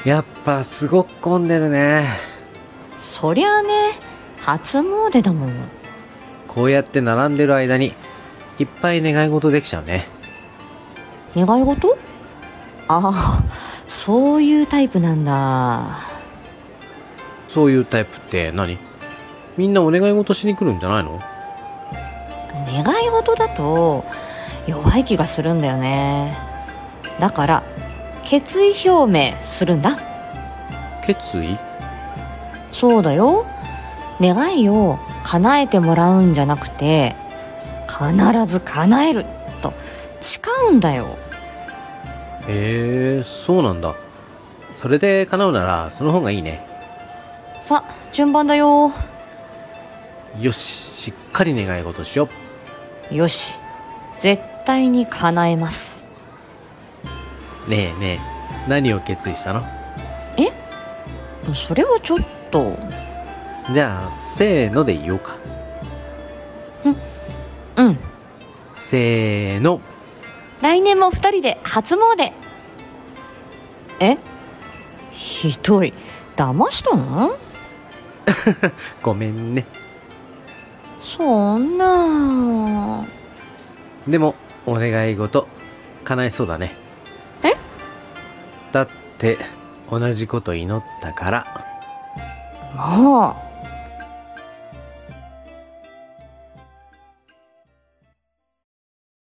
やっぱすごく混んでるね。 そりゃあね、初詣だもん。 こうやって並んでる間にいっぱい願い事できちゃうね。 願い事？ああ、そういうタイプなんだ。 そういうタイプって何？みんなお願い事しに来るんじゃないの？ 願い事だと弱い気がするんだよね。だから決意表明するんだ。 決意？ そうだよ。願いを叶えてもらうんじゃなくて、必ず叶えると誓うんだよ。 そうなんだ。それで叶うならその方がいいね。 さ、順番だよ。 よし、しっかり願い事しよよし、絶対に叶えます。 う。ねえねえ、何を決意したの？ それはちょっと。 じゃあせーので言おうか。 うん。 せーの。 来年も2人で初詣。ひどい。騙したの？ ごめんね。 そんな。 でもお願い事叶えそうだね。だって同じこと祈ったから。 もう